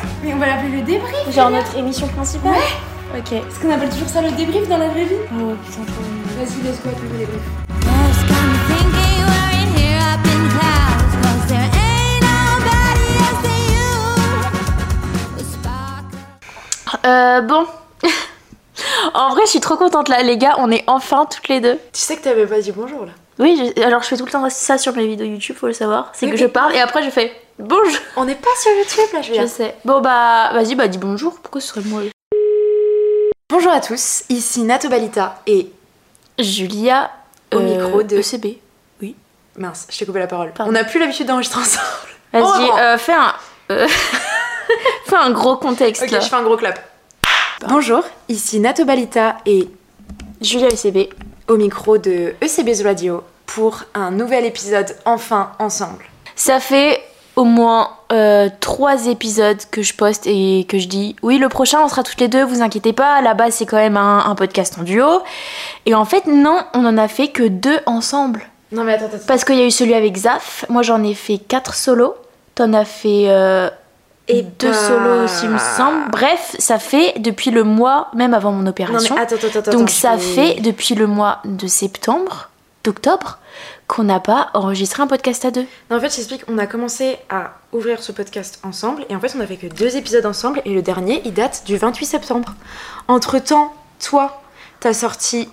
Mais on va l'appeler le débrief. Genre notre émission principale. Ouais. Ok. Est-ce qu'on appelle toujours ça le débrief dans la vraie vie? Oh putain, trop mignon. Vas-y, let's go, appelle le débrief. Bon. En vrai, je suis trop contente là, les gars, on est enfin toutes les deux. Tu sais que t'avais pas dit bonjour là? Oui, alors je fais tout le temps ça sur mes vidéos YouTube, faut le savoir. C'est que je parle et après je fais bonjour. On n'est pas sur YouTube là, Julia. Je sais. Bon bah, vas-y, bah dis bonjour. Pourquoi ce serait moi? Bonjour à tous, ici Nato Balita et Julia au micro de ECB. Oui. Mince, je t'ai coupé la parole. Pardon. On n'a plus l'habitude d'enregistrer ensemble. Vas-y, fais un... fais un gros contexte. Ok, là. je fais un gros clap. Bonjour, ici Nato Balita et Julia ECB. au micro de ECB's Radio pour un nouvel épisode enfin ensemble. Ça fait au moins 3 épisodes que je poste et que je dis oui, le prochain on sera toutes les deux, vous inquiétez pas, à la base c'est quand même un podcast en duo. Et en fait non, on en a fait que 2 ensemble. Non mais attends. Parce qu'il y a eu celui avec Zaf, moi j'en ai fait 4 solos, t'en as fait Et 2 solos aussi il me semble. Bref, ça fait depuis le mois, même avant mon opération. Non mais attends. Donc ça fait depuis le mois de d'octobre, qu'on n'a pas enregistré un podcast à 2. Non, en fait, je t'explique, on a commencé à ouvrir ce podcast ensemble et en fait, on a fait que 2 épisodes ensemble et le dernier, il date du 28 septembre. Entre-temps, toi, t'as sorti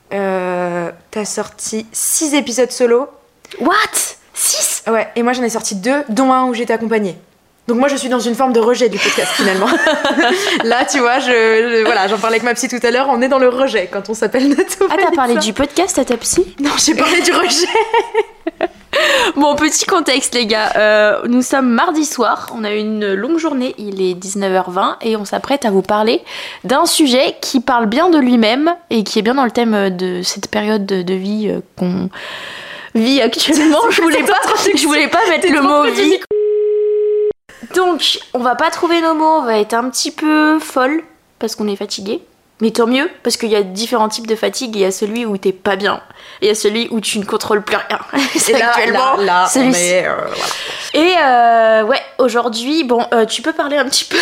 6 épisodes solo. What? 6? Ouais, et moi j'en ai sorti 2, dont un où j'étais accompagnée. Donc moi je suis dans une forme de rejet du podcast finalement. Là tu vois, voilà, j'en parlais avec ma psy tout à l'heure, on est dans le rejet quand on s'appelle Nato. Ah, t'as parlé du podcast à ta psy? Non, j'ai parlé du rejet. Bon, petit contexte les gars, nous sommes mardi soir, on a eu une longue journée, il est 19h20 et on s'apprête à vous parler d'un sujet qui parle bien de lui-même et qui est bien dans le thème de cette période de vie qu'on vit actuellement. Je voulais pas mettre le mot vie. Donc, on va pas trouver nos mots, on va être un petit peu folle parce qu'on est fatigué. Mais tant mieux, parce qu'il y a différents types de fatigue. Il y a celui où t'es pas bien, et il y a celui où tu ne contrôles plus rien. Et là, celui-ci. Voilà. Et ouais, aujourd'hui, bon, tu peux parler un petit peu.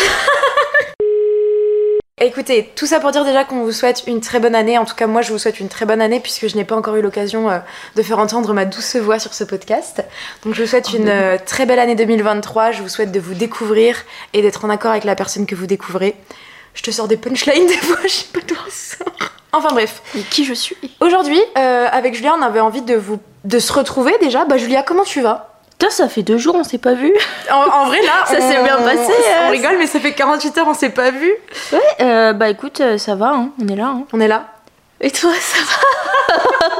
Écoutez, tout ça pour dire déjà qu'on vous souhaite une très bonne année. En tout cas, moi, je vous souhaite une très bonne année puisque je n'ai pas encore eu l'occasion de faire entendre ma douce voix sur ce podcast. Donc, je vous souhaite une très belle année 2023. Je vous souhaite de vous découvrir et d'être en accord avec la personne que vous découvrez. Je te sors des punchlines des fois, je sais pas d'où ça sort. Enfin bref. Mais qui je suis? Aujourd'hui, avec Julia, on avait envie de se retrouver déjà. Bah Julia, comment tu vas? Putain, ça fait 2 jours, on s'est pas vu. En vrai, là, ça s'est bien passé. On rigole, mais ça fait 48 heures, on s'est pas vu. Ouais, bah écoute, ça va, hein, on est là. Hein. On est là. Et toi, ça va?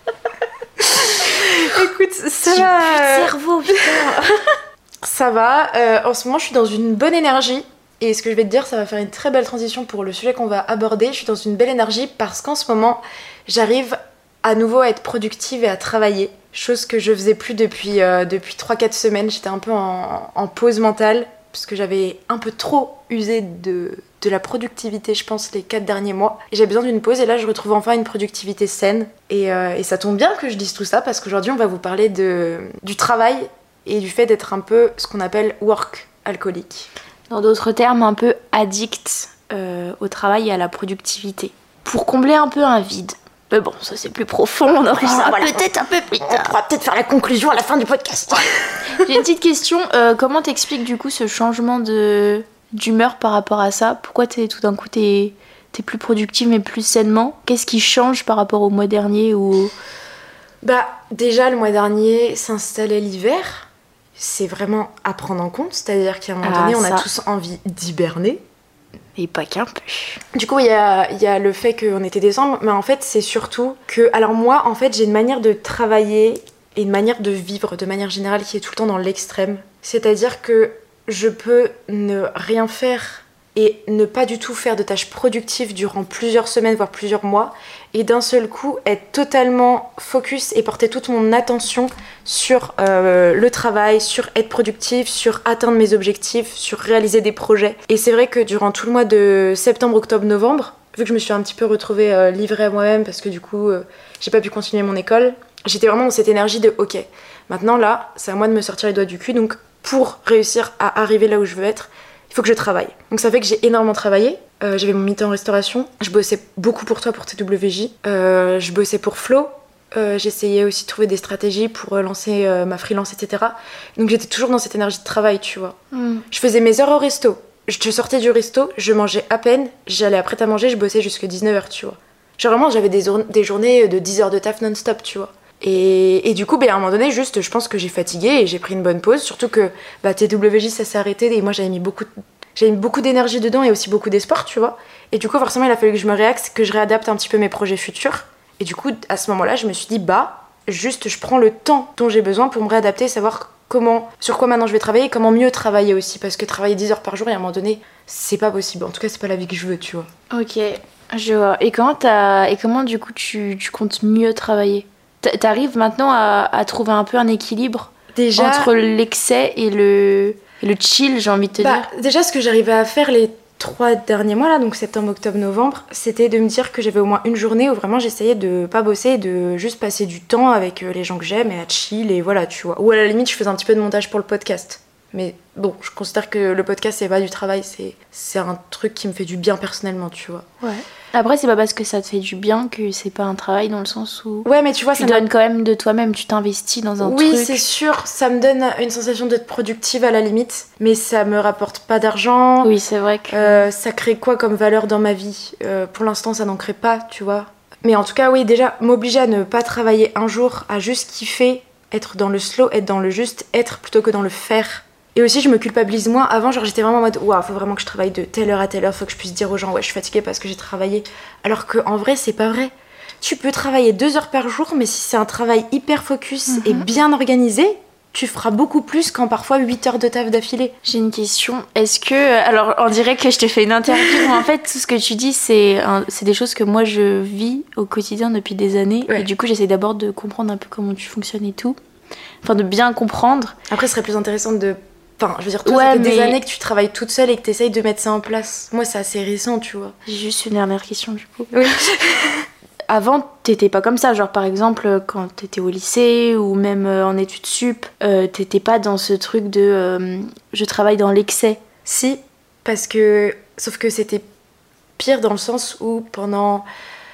Écoute, ça va. Cerveau, putain. Ça va. En ce moment, je suis dans une bonne énergie. Et ce que je vais te dire, ça va faire une très belle transition pour le sujet qu'on va aborder. Je suis dans une belle énergie parce qu'en ce moment, j'arrive à nouveau à être productive et à travailler. Chose que je faisais plus depuis 3-4 semaines. J'étais un peu en pause mentale parce que j'avais un peu trop usé de la productivité, je pense, les 4 derniers mois. Et j'avais besoin d'une pause et là, je retrouve enfin une productivité saine. Et ça tombe bien que je dise tout ça parce qu'aujourd'hui, on va vous parler du travail et du fait d'être un peu ce qu'on appelle work alcoolique. Dans d'autres termes, un peu addict au travail et à la productivité. Pour combler un peu un vide. Mais bon, ça c'est plus profond, on aura ça peut-être un peu plus tard. On pourra peut-être faire la conclusion à la fin du podcast. J'ai une petite question, comment t'expliques du coup ce changement d'humeur par rapport à ça? Pourquoi tout d'un coup t'es plus productive mais plus sainement? Qu'est-ce qui change par rapport au mois dernier ou... Bah déjà le mois dernier s'installait l'hiver. C'est vraiment à prendre en compte, c'est-à-dire qu'à un moment donné, on a tous envie d'hiberner. Et pas qu'un peu. Du coup, il y a le fait qu'on était décembre, mais en fait, c'est surtout que... Alors moi, en fait, j'ai une manière de travailler et une manière de vivre, de manière générale, qui est tout le temps dans l'extrême. C'est-à-dire que je peux ne rien faire et ne pas du tout faire de tâches productives durant plusieurs semaines, voire plusieurs mois, et d'un seul coup être totalement focus et porter toute mon attention sur le travail, sur être productive, sur atteindre mes objectifs, sur réaliser des projets. Et c'est vrai que durant tout le mois de septembre, octobre, novembre, vu que je me suis un petit peu retrouvée livrée à moi-même parce que du coup j'ai pas pu continuer mon école, j'étais vraiment dans cette énergie de ok, maintenant là c'est à moi de me sortir les doigts du cul, donc pour réussir à arriver là où je veux être, il faut que je travaille. Donc ça fait que j'ai énormément travaillé. J'avais mon mi-temps en restauration. Je bossais beaucoup pour toi, pour TWJ. Je bossais pour Flo. J'essayais aussi de trouver des stratégies pour lancer ma freelance, etc. Donc j'étais toujours dans cette énergie de travail, tu vois. Je faisais mes heures au resto. Je sortais du resto, je mangeais à peine. J'allais après à manger, je bossais jusqu'à 19h, tu vois. Genre vraiment, j'avais des journées de 10 heures de taf non-stop, tu vois. Et du coup, à un moment donné, juste, je pense que j'ai fatigué et j'ai pris une bonne pause. Surtout que TWJ, ça s'est arrêté et moi, j'avais mis beaucoup d'énergie dedans et aussi beaucoup d'espoir, tu vois. Et du coup, forcément, il a fallu que je me réaxe, que je réadapte un petit peu mes projets futurs. Et du coup, à ce moment-là, je me suis dit, juste, je prends le temps dont j'ai besoin pour me réadapter et savoir sur quoi maintenant je vais travailler et comment mieux travailler aussi. Parce que travailler 10 heures par jour, et à un moment donné, c'est pas possible. En tout cas, c'est pas la vie que je veux, tu vois. Ok, je vois. Et comment du coup, tu comptes mieux travailler ? T'arrives maintenant à trouver un peu un équilibre déjà entre l'excès et le chill, j'ai envie de te dire. Déjà, ce que j'arrivais à faire les 3 derniers mois, là, donc septembre, octobre, novembre, c'était de me dire que j'avais au moins une journée où vraiment j'essayais de pas bosser et de juste passer du temps avec les gens que j'aime et à chill et voilà, tu vois. Ou à la limite, je faisais un petit peu de montage pour le podcast. Mais bon, je considère que le podcast, c'est pas du travail, c'est un truc qui me fait du bien personnellement, tu vois. Ouais. Après, c'est pas parce que ça te fait du bien que c'est pas un travail dans le sens où ouais, mais tu vois, tu donnes quand même de toi-même, tu t'investis dans un truc. Oui, c'est sûr, ça me donne une sensation d'être productive à la limite, mais ça me rapporte pas d'argent. Oui, c'est vrai que... ça crée quoi comme valeur dans ma vie ? Pour l'instant, ça n'en crée pas, tu vois. Mais en tout cas, oui, déjà, m'obliger à ne pas travailler un jour, à juste kiffer, être dans le slow, être dans le juste, être plutôt que dans le faire. Et aussi, je me culpabilise moins. Avant, genre, j'étais vraiment en mode waouh, faut vraiment que je travaille de telle heure à telle heure, faut que je puisse dire aux gens ouais, je suis fatiguée parce que j'ai travaillé. Alors qu'en vrai, c'est pas vrai. Tu peux travailler 2 heures par jour, mais si c'est un travail hyper focus et bien organisé, tu feras beaucoup plus qu'en parfois 8 heures de taf d'affilée. J'ai une question. Est-ce que... Alors, on dirait que je te fais une interview, mais en fait, tout ce que tu dis, c'est des choses que moi, je vis au quotidien depuis des années. Ouais. Et du coup, j'essaie d'abord de comprendre un peu comment tu fonctionnes et tout. Enfin, de bien comprendre. Après, ce serait plus intéressant de... Enfin, je veux dire, toi, ça fait des années que tu travailles toute seule et que t'essayes de mettre ça en place. Moi, c'est assez récent, tu vois. J'ai juste une dernière question, du coup. Oui. Avant, t'étais pas comme ça. Genre, par exemple, quand t'étais au lycée ou même en études sup, t'étais pas dans ce truc de je travaille dans l'excès. Si, parce que... Sauf que c'était pire dans le sens où pendant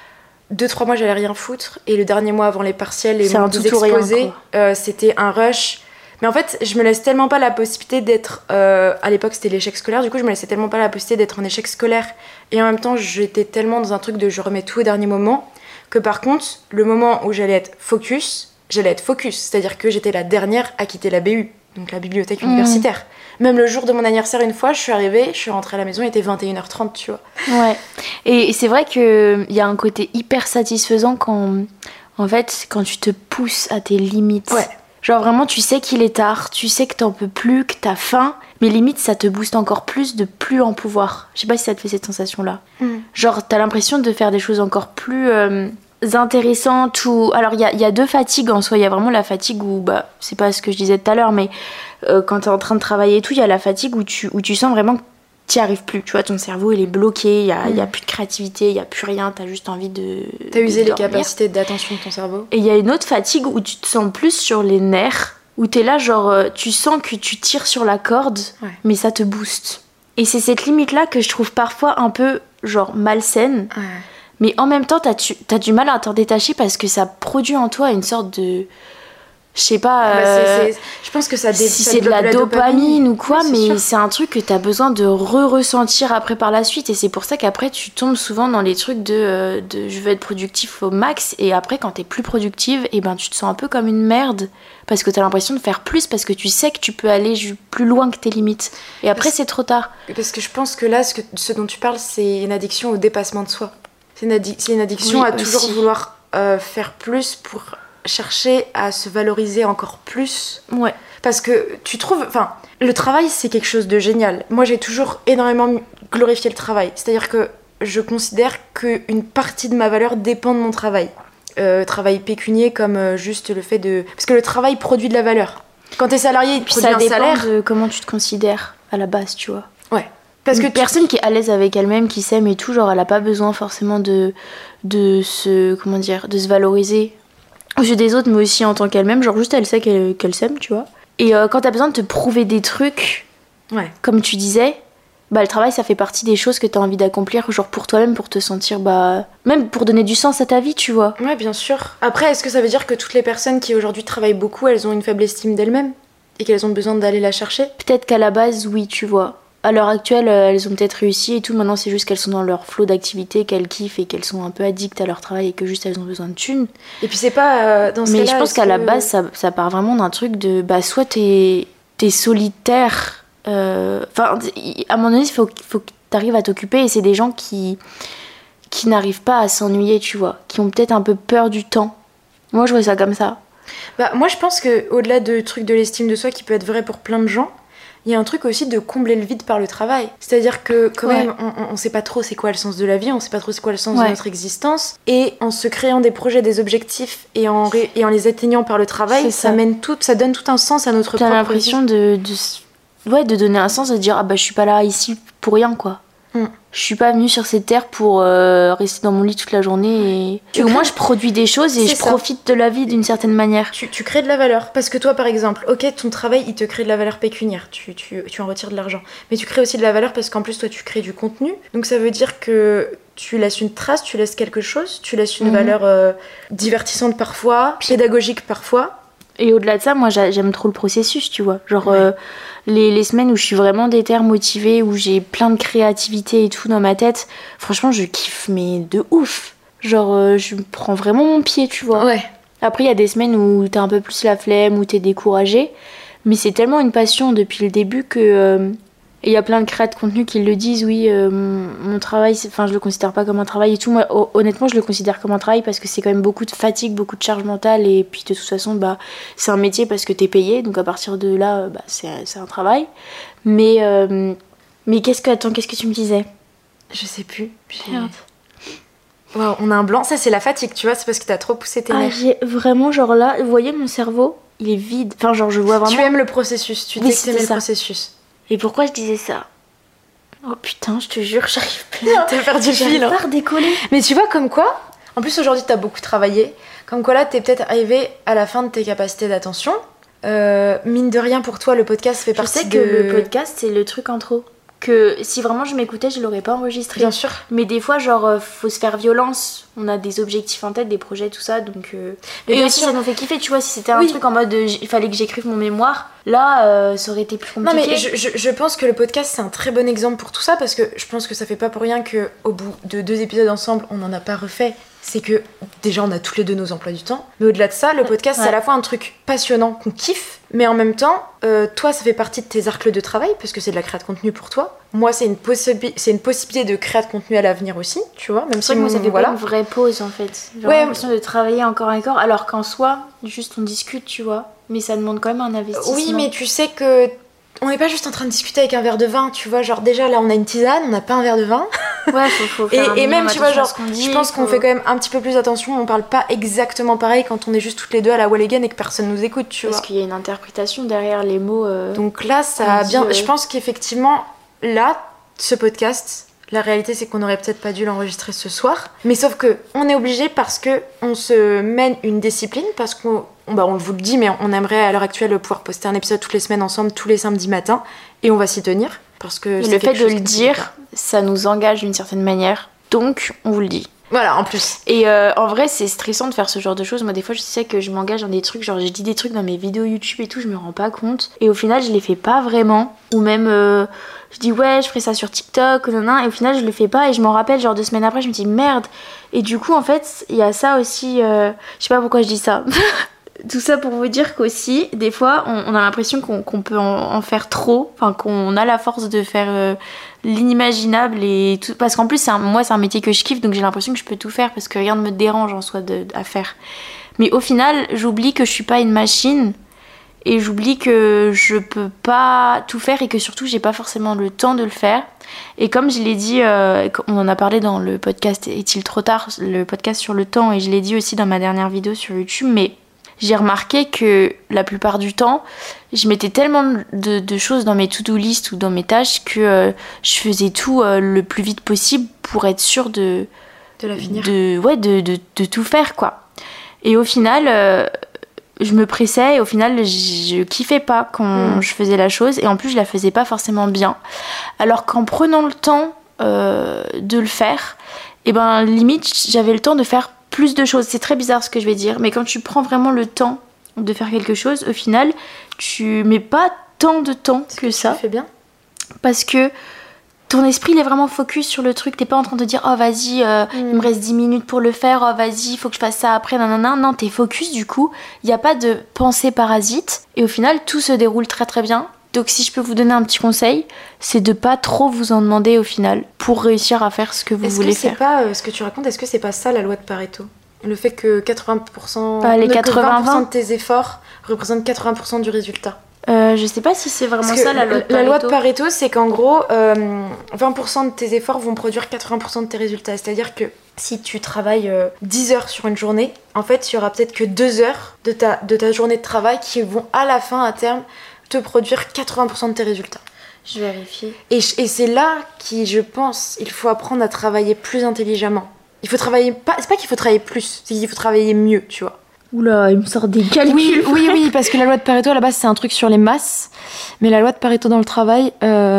2-3 mois, j'allais rien foutre. Et le dernier mois avant les partiels et mon exposés, c'était un rush... Mais en fait, je me laisse tellement pas la possibilité d'être... à l'époque, c'était l'échec scolaire. Du coup, je me laissais tellement pas la possibilité d'être en échec scolaire. Et en même temps, j'étais tellement dans un truc de je remets tout au dernier moment que par contre, le moment où j'allais être focus. C'est-à-dire que j'étais la dernière à quitter la BU, donc la bibliothèque universitaire. Même le jour de mon anniversaire, une fois, je suis rentrée à la maison, il était 21h30, tu vois. Ouais. Et c'est vrai qu'il y a un côté hyper satisfaisant quand tu te pousses à tes limites. Ouais. Genre vraiment, tu sais qu'il est tard, tu sais que t'en peux plus, que t'as faim, mais limite, ça te booste encore plus de plus en pouvoir. Je sais pas si ça te fait cette sensation-là. Genre, t'as l'impression de faire des choses encore plus intéressantes ou... Alors, il y a 2 fatigues en soi. Il y a vraiment la fatigue où, c'est pas ce que je disais tout à l'heure, mais quand t'es en train de travailler et tout, il y a la fatigue où tu sens vraiment que t'y arrives plus. Tu vois, ton cerveau, il est bloqué, il y a plus de créativité, il y a plus rien, t'as juste envie de... T'as usé les capacités d'attention de ton cerveau. Et il y a une autre fatigue où tu te sens plus sur les nerfs, où t'es là, genre, tu sens que tu tires sur la corde, mais ça te booste. Et c'est cette limite-là que je trouve parfois un peu, genre, malsaine, mais en même temps, t'as du mal à t'en détacher parce que ça produit en toi une sorte de... Je sais pas, je pense que ça si c'est de la dopamine ou quoi, mais sûr. C'est un truc que t'as besoin de ressentir après par la suite. Et c'est pour ça qu'après, tu tombes souvent dans les trucs de je veux être productif au max. Et après, quand t'es plus productive, et tu te sens un peu comme une merde. Parce que t'as l'impression de faire plus, parce que tu sais que tu peux aller plus loin que tes limites. Et après, c'est trop tard. Parce que je pense que là, ce dont tu parles, c'est une addiction au dépassement de soi. C'est une addiction à toujours vouloir faire plus pour... chercher à se valoriser encore plus. Ouais. Parce que tu trouves... Enfin, le travail, c'est quelque chose de génial. Moi, j'ai toujours énormément glorifié le travail. C'est-à-dire que je considère qu'une partie de ma valeur dépend de mon travail. Travail pécunier comme juste le fait de... Parce que le travail produit de la valeur. Quand t'es salarié, il te produit un salaire. Ça dépend de comment tu te considères à la base, tu vois. Ouais. Parce que personne qui est à l'aise avec elle-même, qui s'aime et tout, genre, elle a pas besoin forcément de se valoriser aux yeux des autres, mais aussi en tant qu'elle-même, genre juste elle sait qu'elle s'aime, tu vois. Et quand t'as besoin de te prouver des trucs, comme tu disais, bah, le travail, ça fait partie des choses que t'as envie d'accomplir, genre pour toi-même, pour te sentir, bah, même pour donner du sens à ta vie, tu vois. Ouais, bien sûr. Après, est-ce que ça veut dire que toutes les personnes qui aujourd'hui travaillent beaucoup, elles ont une faible estime d'elles-mêmes et qu'elles ont besoin d'aller la chercher? Peut-être qu'à la base, oui, tu vois. À l'heure actuelle, elles ont peut-être réussi et tout. Maintenant, c'est juste qu'elles sont dans leur flot d'activité, qu'elles kiffent et qu'elles sont un peu addictes à leur travail et que juste elles ont besoin de thunes. Et puis c'est pas dans ce Mais cas-là, je pense qu'à la base, ça part vraiment d'un truc de, bah, soit t'es solitaire. Enfin, à un moment donné, il faut que t'arrives à t'occuper et c'est des gens qui n'arrivent pas à s'ennuyer, tu vois, qui ont peut-être un peu peur du temps. Moi, je vois ça comme ça. Bah, moi, je pense que au-delà de truc de l'estime de soi qui peut être vrai pour plein de gens, il y a un truc aussi de combler le vide par le travail. C'est-à-dire que quand même, on sait pas trop c'est quoi le sens de la vie, on sait pas trop c'est quoi le sens de notre existence. Et en se créant des projets, des objectifs et en les atteignant par le travail, ça donne tout un sens à notre propre vie. T'as l'impression de donner un sens, de dire ah bah je suis pas là ici pour rien quoi. Je suis pas venue sur cette terre pour rester dans mon lit toute la journée et au moins je produis des choses et je profite de la vie d'une certaine manière. Tu crées de la valeur parce que toi par exemple, ok, ton travail il te crée de la valeur pécuniaire, tu en retires de l'argent, mais tu crées aussi de la valeur parce qu'en plus toi tu crées du contenu, donc ça veut dire que tu laisses une trace, tu laisses quelque chose, tu laisses une valeur divertissante parfois, pédagogique parfois. Et au-delà de ça, moi j'aime trop le processus, tu vois. Genre les semaines où je suis vraiment déter, motivée, où j'ai plein de créativité et tout dans ma tête, franchement je kiffe, mais de ouf. Genre je prends vraiment mon pied, tu vois. Ouais. Après il y a des semaines où t'as un peu plus la flemme, où t'es découragée, mais c'est tellement une passion depuis le début que... Et il y a plein de créateurs de contenu qui le disent, oui, mon travail, je le considère pas comme un travail et tout. Moi, honnêtement, je le considère comme un travail parce que c'est quand même beaucoup de fatigue, beaucoup de charge mentale. Et puis, de toute façon, bah, c'est un métier parce que t'es payé. Donc, à partir de là, bah, c'est un travail. Mais qu'est-ce que tu me disais? Je sais plus. Merde. Wow, on a un blanc. Ça, c'est la fatigue, tu vois. C'est parce que t'as trop poussé tes nerfs. J'ai vraiment, genre là, vous voyez, mon cerveau, il est vide. Enfin, genre, je vois vraiment... Tu aimes le processus. Tu dis que t'aimais le processus. Et pourquoi je disais ça? Oh putain, je te jure, j'arrive pas. T'as perdu le fil. J'arrive pas à redécoller. Mais tu vois, comme quoi, en plus aujourd'hui t'as beaucoup travaillé, comme quoi là t'es peut-être arrivé à la fin de tes capacités d'attention. Mine de rien, pour toi, le podcast fait partie de... Je sais que le podcast, c'est le truc en trop. Que si vraiment je m'écoutais, je l'aurais pas enregistré. Bien sûr. Mais des fois, genre, faut se faire violence. On a des objectifs en tête, des projets, tout ça. Donc, et aussi, ça nous fait kiffer, tu vois. Si c'était un truc en mode il fallait que j'écrive mon mémoire, là, ça aurait été plus compliqué. Non, mais je pense que le podcast, c'est un très bon exemple pour tout ça. Parce que je pense que ça fait pas pour rien qu'au bout de 2 épisodes ensemble, on n'en a pas refait. C'est que déjà on a tous les deux nos emplois du temps, mais au-delà de ça, le podcast c'est à la fois un truc passionnant qu'on kiffe, mais en même temps toi ça fait partie de tes arcs de travail parce que c'est de la création de contenu pour toi. Moi c'est une possibilité de créer de contenu à l'avenir aussi, tu vois, même si moi ça fait pas une vraie pause en fait. J'ai l'impression de travailler encore et encore, alors qu'en soi juste on discute, tu vois, mais ça demande quand même un investissement. Oui, mais tu sais que on n'est pas juste en train de discuter avec un verre de vin, tu vois, genre déjà là on a une tisane, on n'a pas un verre de vin. Ouais, faut faire et même tu vois, genre je pense qu'on fait quand même un petit peu plus attention, on parle pas exactement pareil quand on est juste toutes les deux à la wall again et que personne nous écoute, tu vois. Parce qu'il y a une interprétation derrière les mots. Donc là ça a bien... Je pense qu'effectivement là, ce podcast, la réalité c'est qu'on aurait peut-être pas dû l'enregistrer ce soir, mais sauf que on est obligé parce que on se mène une discipline, parce qu'on on vous le dit, mais on aimerait à l'heure actuelle pouvoir poster un épisode toutes les semaines ensemble, tous les samedis matins, et on va s'y tenir. Parce que le fait de le dire, ça nous engage d'une certaine manière, donc on vous le dit. Voilà, en plus. Et en vrai, c'est stressant de faire ce genre de choses. Moi, des fois, je sais que je m'engage dans des trucs, genre j'ai dit des trucs dans mes vidéos YouTube et tout, je me rends pas compte. Et au final, je les fais pas vraiment. Ou même, je dis ouais, je ferai ça sur TikTok, et au final, je le fais pas. Et je m'en rappelle, genre 2 semaines après, je me dis merde. Et du coup, en fait, il y a ça aussi. Je sais pas pourquoi je dis ça. Tout ça pour vous dire qu'aussi, des fois, on a l'impression qu'on peut en faire trop, enfin qu'on a la force de faire l'inimaginable et tout. Parce qu'en plus, moi, c'est un métier que je kiffe, donc j'ai l'impression que je peux tout faire parce que rien ne me dérange en soi à faire. Mais au final, j'oublie que je suis pas une machine et j'oublie que je peux pas tout faire et que surtout, j'ai pas forcément le temps de le faire. Et comme je l'ai dit, on en a parlé dans le podcast Est-il trop tard, le podcast sur le temps, et je l'ai dit aussi dans ma dernière vidéo sur YouTube, mais j'ai remarqué que la plupart du temps, je mettais tellement de choses dans mes to-do list ou dans mes tâches que je faisais tout le plus vite possible pour être sûre de la finir. De tout faire, quoi. Et au final, je me pressais et au final je kiffais pas quand je faisais la chose et en plus je la faisais pas forcément bien. Alors qu'en prenant le temps de le faire, et ben limite j'avais le temps de faire plus de choses. C'est très bizarre ce que je vais dire, mais quand tu prends vraiment le temps de faire quelque chose, au final tu mets pas tant de temps que ça. Tu fais bien. Parce que ton esprit il est vraiment focus sur le truc, t'es pas en train de dire oh vas-y il me reste 10 minutes pour le faire, oh vas-y il faut que je fasse ça après, nanana. Non, t'es focus, du coup il n'y a pas de pensée parasite et au final tout se déroule très très bien. Donc si je peux vous donner un petit conseil, c'est de pas trop vous en demander au final pour réussir à faire ce que vous voulez faire. Est-ce que c'est pas ce que tu racontes, est-ce que c'est pas ça la loi de Pareto? Le fait que 80%, les 20% de tes efforts représentent 80% du résultat. Je sais pas si c'est vraiment ça la loi de Pareto. La loi de Pareto, c'est qu'en gros, 20% de tes efforts vont produire 80% de tes résultats. C'est-à-dire que si tu travailles 10 heures sur une journée, en fait, il y aura peut-être que 2 heures de ta journée de travail qui vont à la fin, à terme, te produire 80% de tes résultats. Je vérifie. Et c'est là je pense, il faut apprendre à travailler plus intelligemment. Il faut travailler, c'est pas qu'il faut travailler plus, c'est qu'il faut travailler mieux, tu vois. Oula, il me sort des calculs. Oui, parce que la loi de Pareto, à la base, c'est un truc sur les masses. Mais la loi de Pareto dans le travail...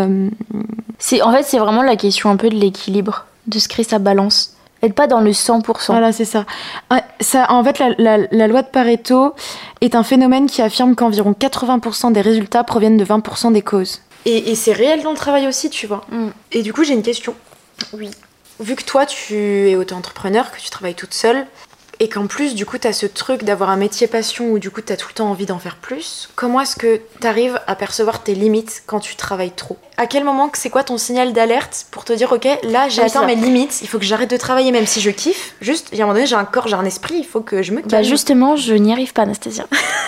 c'est vraiment la question un peu de l'équilibre, de se créer sa balance. Être pas dans le 100%. Voilà, c'est ça. En fait, la loi de Pareto est un phénomène qui affirme qu'environ 80% des résultats proviennent de 20% des causes. Et c'est réel dans le travail aussi, tu vois. Et du coup, j'ai une question. Oui. Vu que toi, tu es auto-entrepreneur, que tu travailles toute seule... Et qu'en plus, du coup, t'as ce truc d'avoir un métier passion où du coup, t'as tout le temps envie d'en faire plus. Comment est-ce que t'arrives à percevoir tes limites quand tu travailles trop? À quel moment, c'est quoi ton signal d'alerte pour te dire, ok, là, j'ai atteint mes limites, il faut que j'arrête de travailler même si je kiffe. Juste, il y a un moment donné, j'ai un corps, j'ai un esprit, il faut que je me calme. Bah justement, je n'y arrive pas, Anastasia.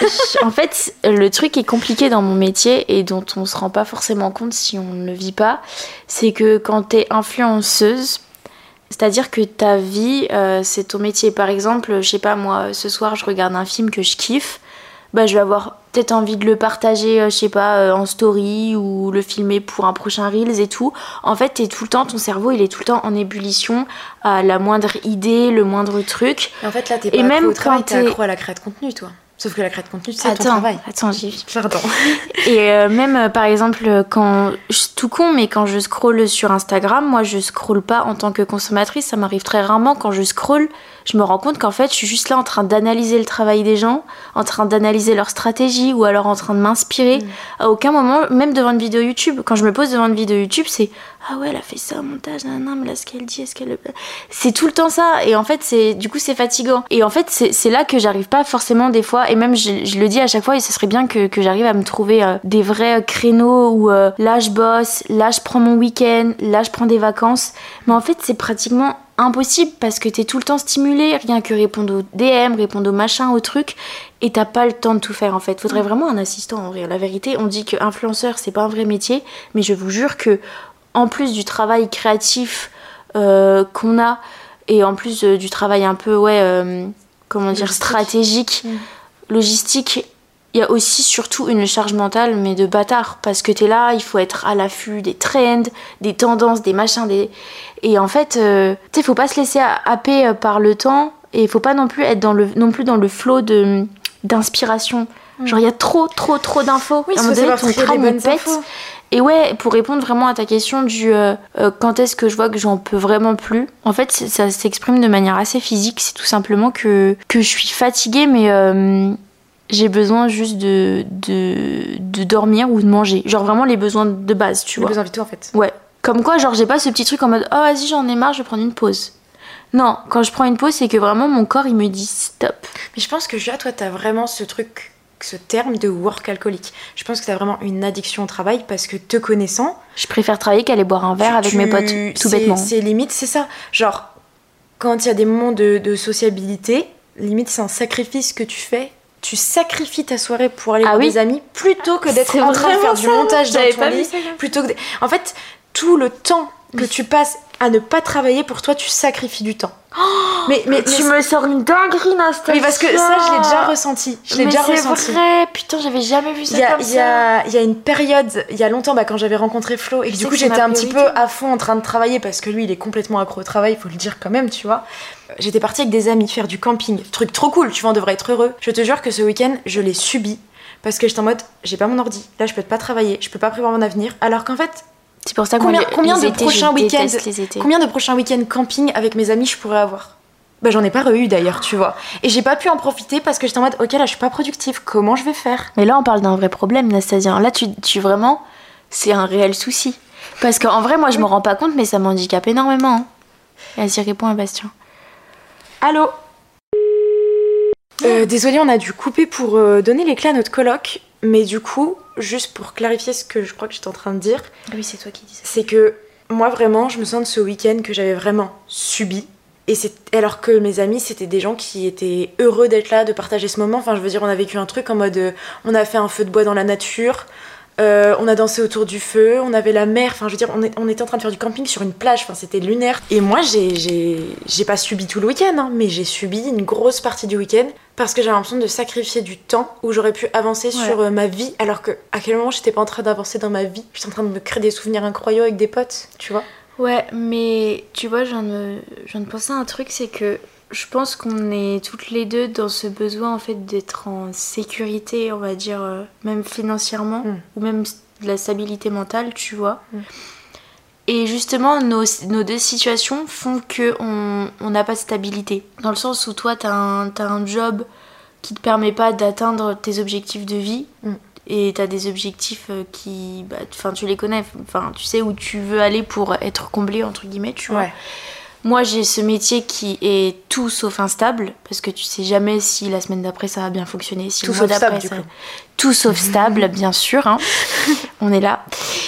En fait, le truc qui est compliqué dans mon métier et dont on se rend pas forcément compte si on ne le vit pas, c'est que quand t'es influenceuse, c'est-à-dire que ta vie, c'est ton métier. Par exemple, je sais pas, moi, ce soir, je regarde un film que je kiffe. Bah, je vais avoir peut-être envie de le partager, je sais pas, en story ou le filmer pour un prochain Reels et tout. En fait, t'es tout le temps, ton cerveau, il est tout le temps en ébullition à la moindre idée, le moindre truc. Et en fait, là, t'es pas accro au travail, t'es accro à la création de contenu, toi. Sauf que la création de contenu, c'est ton travail. Attends, j'y viens. Pardon. Et même, par exemple, tout con, mais quand je scrolle sur Instagram, moi, je scrolle pas en tant que consommatrice. Ça m'arrive très rarement. Quand je scrolle, je me rends compte qu'en fait, je suis juste là en train d'analyser le travail des gens, en train d'analyser leur stratégie ou alors en train de m'inspirer. À aucun moment, même devant une vidéo YouTube, quand je me pose devant une vidéo YouTube, c'est « Ah ouais, elle a fait ça au montage, nan, mais là, ce qu'elle dit, est-ce qu'elle... » C'est tout le temps ça. Et en fait, du coup, c'est fatigant. Et en fait, c'est là que j'arrive pas forcément des fois, et même je le dis à chaque fois, et ce serait bien que j'arrive à me trouver des vrais créneaux où là, je bosse, là, je prends mon week-end, là, je prends des vacances. Mais en fait, c'est pratiquement impossible parce que t'es tout le temps stimulé, rien que répondre aux DM, répondre aux machins, aux trucs, et t'as pas le temps de tout faire en fait. Faudrait vraiment un assistant en vrai. La vérité, on dit que influenceur c'est pas un vrai métier, mais je vous jure que en plus du travail créatif qu'on a, et en plus du travail un peu stratégique, logistique, il y a aussi surtout une charge mentale, mais de bâtard, parce que t'es là, il faut être à l'affût des trends, des tendances, des machins, et en fait, tu sais, faut pas se laisser happer par le temps, et faut pas non plus être dans le flow d'inspiration. Genre, il y a trop d'infos. Oui, il faut savoir trier les bonnes infos. Et ouais, pour répondre vraiment à ta question du quand est-ce que je vois que j'en peux vraiment plus, en fait, ça s'exprime de manière assez physique. C'est tout simplement que je suis fatiguée, mais... j'ai besoin juste de dormir ou de manger. Genre vraiment les besoins de base, tu vois. Les besoins vitaux en fait. Ouais. Comme quoi, genre j'ai pas ce petit truc en mode « Oh vas-y, j'en ai marre, je vais prendre une pause ». Non, quand je prends une pause, c'est que vraiment mon corps, il me dit « Stop ». Mais je pense que Julia, toi, t'as vraiment ce terme de workaholic. Je pense que t'as vraiment une addiction au travail parce que te connaissant... Je préfère travailler qu'aller boire un verre avec mes potes, tout bêtement. C'est limite, c'est ça. Genre, quand il y a des moments de sociabilité, limite c'est un sacrifice que tu fais. Tu sacrifies ta soirée pour aller voir des amis plutôt que d'être en train de faire du montage dans ton lit. En fait, tout le temps que tu passes à ne pas travailler, pour toi, tu sacrifies du temps. Mais tu me sors une dinguerie, Nastasia. Oui, parce que ça, je l'ai déjà ressenti. C'est vrai, putain, j'avais jamais vu ça comme ça. Il y a une période, il y a longtemps, quand j'avais rencontré Flo, et que du coup, j'étais un petit peu à fond en train de travailler, parce que lui, il est complètement accro au travail, faut le dire quand même, tu vois. J'étais partie avec des amis faire du camping. Truc trop cool, tu vois, on devrait être heureux. Je te jure que ce week-end, je l'ai subi, parce que j'étais en mode, j'ai pas mon ordi, là, je peux pas travailler, je peux pas prévoir mon avenir, alors qu'en fait... C'est pour ça que combien de prochains week-ends camping avec mes amis je pourrais avoir? J'en ai pas eu d'ailleurs, tu vois. Et j'ai pas pu en profiter parce que j'étais en mode ok, là je suis pas productive, comment je vais faire? Mais là on parle d'un vrai problème, Nastasia. Là tu vraiment, c'est un réel souci. Parce qu'en vrai, moi je me rends pas compte, mais ça m'handicape énormément. Hein. Vas-y, réponds à Bastien. Allô? Désolée, on a dû couper pour donner les clés à notre coloc. Mais du coup, juste pour clarifier ce que je crois que j'étais en train de dire... Oui, c'est toi qui dis ça. C'est que moi, vraiment, je me sens de ce week-end que j'avais vraiment subi. Alors que mes amis, c'était des gens qui étaient heureux d'être là, de partager ce moment. Enfin, je veux dire, on a vécu un truc en mode... on a fait un feu de bois dans la nature, on a dansé autour du feu, on avait la mer. Enfin, je veux dire, on était en train de faire du camping sur une plage. Enfin, c'était lunaire. Et moi, j'ai pas subi tout le week-end, hein, mais j'ai subi une grosse partie du week-end. Parce que j'avais l'impression de sacrifier du temps où j'aurais pu avancer sur ma vie, alors que à quel moment j'étais pas en train d'avancer dans ma vie, j'étais en train de me créer des souvenirs incroyables avec des potes, tu vois. Ouais, mais tu vois, je viens de penser à un truc, c'est que je pense qu'on est toutes les deux dans ce besoin en fait d'être en sécurité, on va dire, même financièrement, ou même de la stabilité mentale, tu vois. Et justement, nos deux situations font qu'on n'a pas de stabilité. Dans le sens où toi, t'as un job qui te permet pas d'atteindre tes objectifs de vie. Et t'as des objectifs qui... tu les connais. Tu sais où tu veux aller pour être comblé, entre guillemets, tu vois. Moi, j'ai ce métier qui est tout sauf instable. Parce que tu sais jamais si la semaine d'après, ça va bien fonctionner. Si tout le mois sauf d'après, stable, tout sauf stable, bien sûr. Hein. On est là.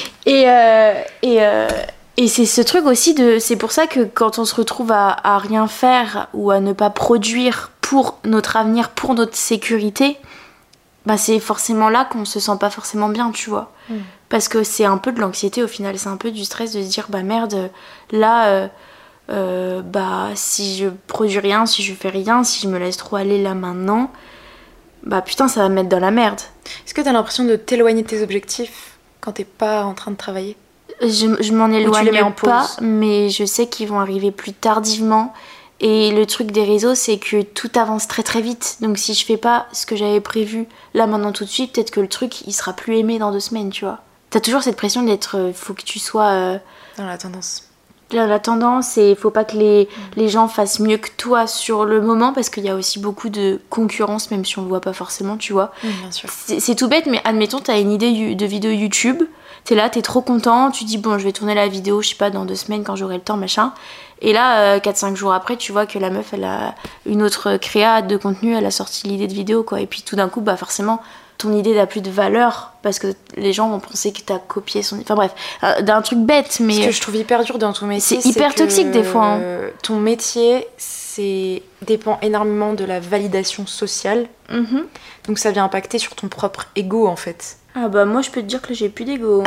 Et c'est ce truc aussi c'est pour ça que quand on se retrouve à rien faire ou à ne pas produire pour notre avenir, pour notre sécurité, c'est forcément là qu'on se sent pas forcément bien, tu vois. Parce que c'est un peu de l'anxiété au final, c'est un peu du stress de se dire merde, là, si je produis rien, si je fais rien, si je me laisse trop aller là maintenant, putain, ça va me mettre dans la merde. Est-ce que t'as l'impression de t'éloigner de tes objectifs quand t'es pas en train de travailler? Je m'en éloigne pas, mais je sais qu'ils vont arriver plus tardivement. Et le truc des réseaux, c'est que tout avance très très vite. Donc si je fais pas ce que j'avais prévu là maintenant tout de suite, peut-être que le truc il sera plus aimé dans 2 semaines, tu vois. T'as toujours cette pression d'être... faut que tu sois... dans la tendance. La tendance, et faut pas que les gens fassent mieux que toi sur le moment, parce qu'il y a aussi beaucoup de concurrence, même si on le voit pas forcément, tu vois. Bien sûr. C'est tout bête, mais admettons, t'as une idée de vidéo YouTube, t'es là, t'es trop content, tu dis bon, je vais tourner la vidéo, je sais pas, dans 2 semaines quand j'aurai le temps, machin. Et là, 4-5 jours après, tu vois que la meuf, elle a une autre créa de contenu, elle a sorti l'idée de vidéo, quoi. Et puis tout d'un coup, forcément, ton idée n'a plus de valeur parce que les gens vont penser que t'as copié son... Enfin bref, d'un truc bête, mais... Ce que je trouve hyper dur dans ton métier, c'est hyper toxique des fois. Hein. Ton métier, dépend énormément de la validation sociale. Donc ça vient impacter sur ton propre ego, en fait. Ah moi, je peux te dire que j'ai plus d'ego.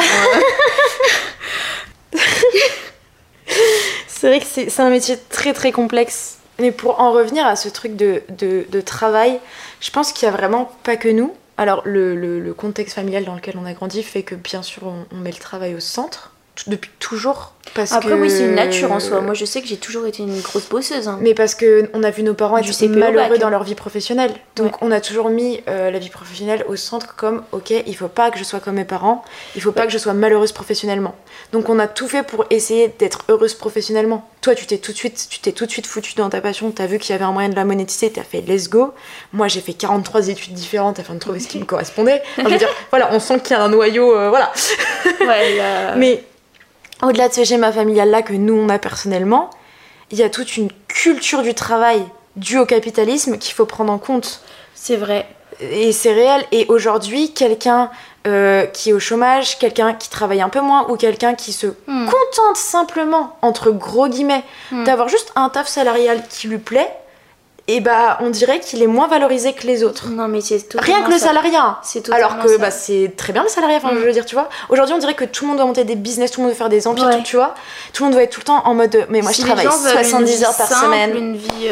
C'est vrai que c'est un métier très très complexe. Mais pour en revenir à ce truc de travail, je pense qu'il y a vraiment pas que nous. Alors le contexte familial dans lequel on a grandi fait que bien sûr on met le travail au centre, depuis toujours. Après oui, c'est une nature en soi. Moi je sais que j'ai toujours été une grosse bosseuse. Hein. Mais parce qu'on a vu nos parents être malheureux dans leur vie professionnelle. Donc on a toujours mis la vie professionnelle au centre comme ok, il faut pas que je sois comme mes parents, il faut pas que je sois malheureuse professionnellement. Donc on a tout fait pour essayer d'être heureuse professionnellement. Toi tu t'es tout de suite foutue dans ta passion, t'as vu qu'il y avait un moyen de la monétiser, t'as fait let's go. Moi j'ai fait 43 études différentes afin de trouver ce qui me correspondait. Enfin, je veux dire, voilà, on sent qu'il y a un noyau, voilà. Mais au-delà de ce schéma familial-là que nous, on a personnellement, il y a toute une culture du travail due au capitalisme qu'il faut prendre en compte. C'est vrai. Et c'est réel. Et aujourd'hui, quelqu'un qui est au chômage, quelqu'un qui travaille un peu moins, ou quelqu'un qui se contente simplement, entre gros guillemets, d'avoir juste un taf salarial qui lui plaît, et bah on dirait qu'il est moins valorisé que les autres. Non mais c'est totalement Rien que le salariat. C'est totalement alors que ça. bah c'est très bien le salariat, enfin je veux dire, tu vois. Aujourd'hui on dirait que tout le monde doit monter des business, tout le monde doit faire des empires, Ouais. tu vois. Tout le monde doit être tout le temps en mode mais moi Si je les travaille gens veulent 70 heures par semaine. une vie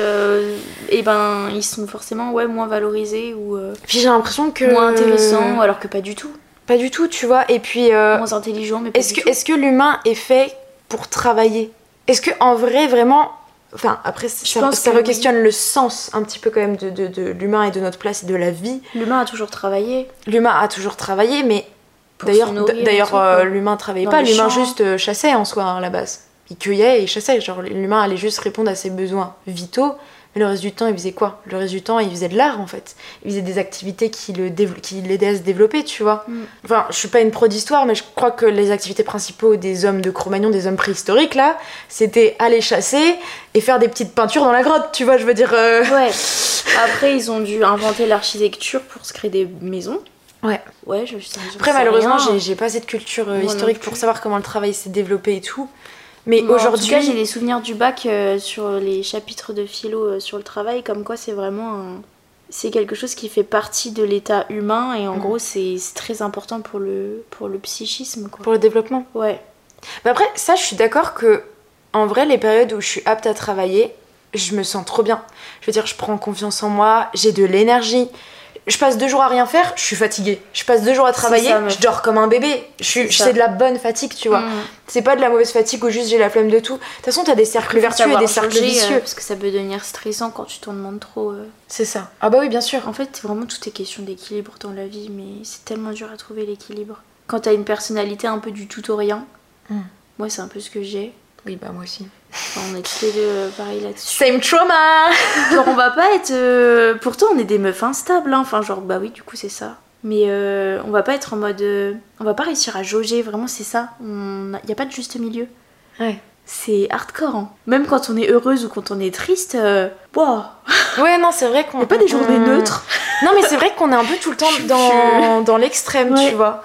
et ben ils sont forcément moins valorisés ou Puis j'ai l'impression que moins intéressants alors que pas du tout. Pas du tout, tu vois. Et puis Moins intelligents mais pas du tout. est-ce que l'humain est fait pour travailler? Est-ce que en vrai vraiment, enfin après ça re-questionne le sens un petit peu quand même de l'humain et de notre place et de la vie. L'humain a toujours travaillé. L'humain a toujours travaillé, mais Pour se nourrir et tout, quoi. l'humain travaillait Dans pas, les l'humain champs. juste chassait en soi, hein, à la base. Il cueillait et il chassait, genre l'humain allait juste répondre à ses besoins vitaux, mais le reste du temps il faisait quoi? Le reste du temps il faisait de l'art en fait. Il faisait des activités qui l'aidaient à se développer, tu vois. Enfin, je suis pas une pro d'histoire, mais je crois que les activités principaux des hommes de Cro-Magnon, des hommes préhistoriques là, c'était aller chasser et faire des petites peintures dans la grotte, tu vois, je veux dire... Ouais. Après ils ont dû inventer l'architecture pour se créer des maisons. Ouais. Ouais, Après, malheureusement, rien. j'ai pas assez de culture Moi non historique plus. pour savoir comment le travail s'est développé et tout. Mais Moi, aujourd'hui. En tout cas, j'ai des souvenirs du bac sur les chapitres de philo sur le travail, comme quoi c'est vraiment c'est quelque chose qui fait partie de l'état humain et en gros c'est très important pour le psychisme quoi. Pour le développement. Ouais. Mais après, ça, je suis d'accord que, en vrai, les périodes où je suis apte à travailler, je me sens trop bien. Je veux dire, je prends confiance en moi, j'ai de l'énergie. Je passe 2 jours à rien faire, je suis fatiguée. Je passe 2 jours à travailler, ça, meuf. je dors comme un bébé. C'est de la bonne fatigue, tu vois. C'est pas de la mauvaise fatigue où juste j'ai la flemme de tout. De toute façon, t'as des cercles vertueux et des cercles vicieux. Parce que ça peut devenir stressant quand tu t'en demandes trop. C'est ça. Ah bah oui, bien sûr. En fait, vraiment, tout est question d'équilibre dans la vie, mais c'est tellement dur à trouver l'équilibre. Quand t'as une personnalité un peu du tout au rien, moi c'est un peu ce que j'ai. Oui, bah moi aussi. Enfin, on est tous les deux pareil là-dessus. Same trauma. Genre on va pas être... Pourtant on est des meufs instables, hein. Enfin genre bah oui du coup c'est ça. Mais on va pas être en mode... On va pas réussir à jauger, vraiment c'est ça. Y a pas de juste milieu. Ouais. C'est hardcore, hein. Même quand on est heureuse ou quand on est triste, wow. Ouais, non, c'est vrai qu'on... Y a pas des journées neutres. Non, mais c'est vrai qu'on est un peu tout le temps dans l'extrême, Ouais. tu vois.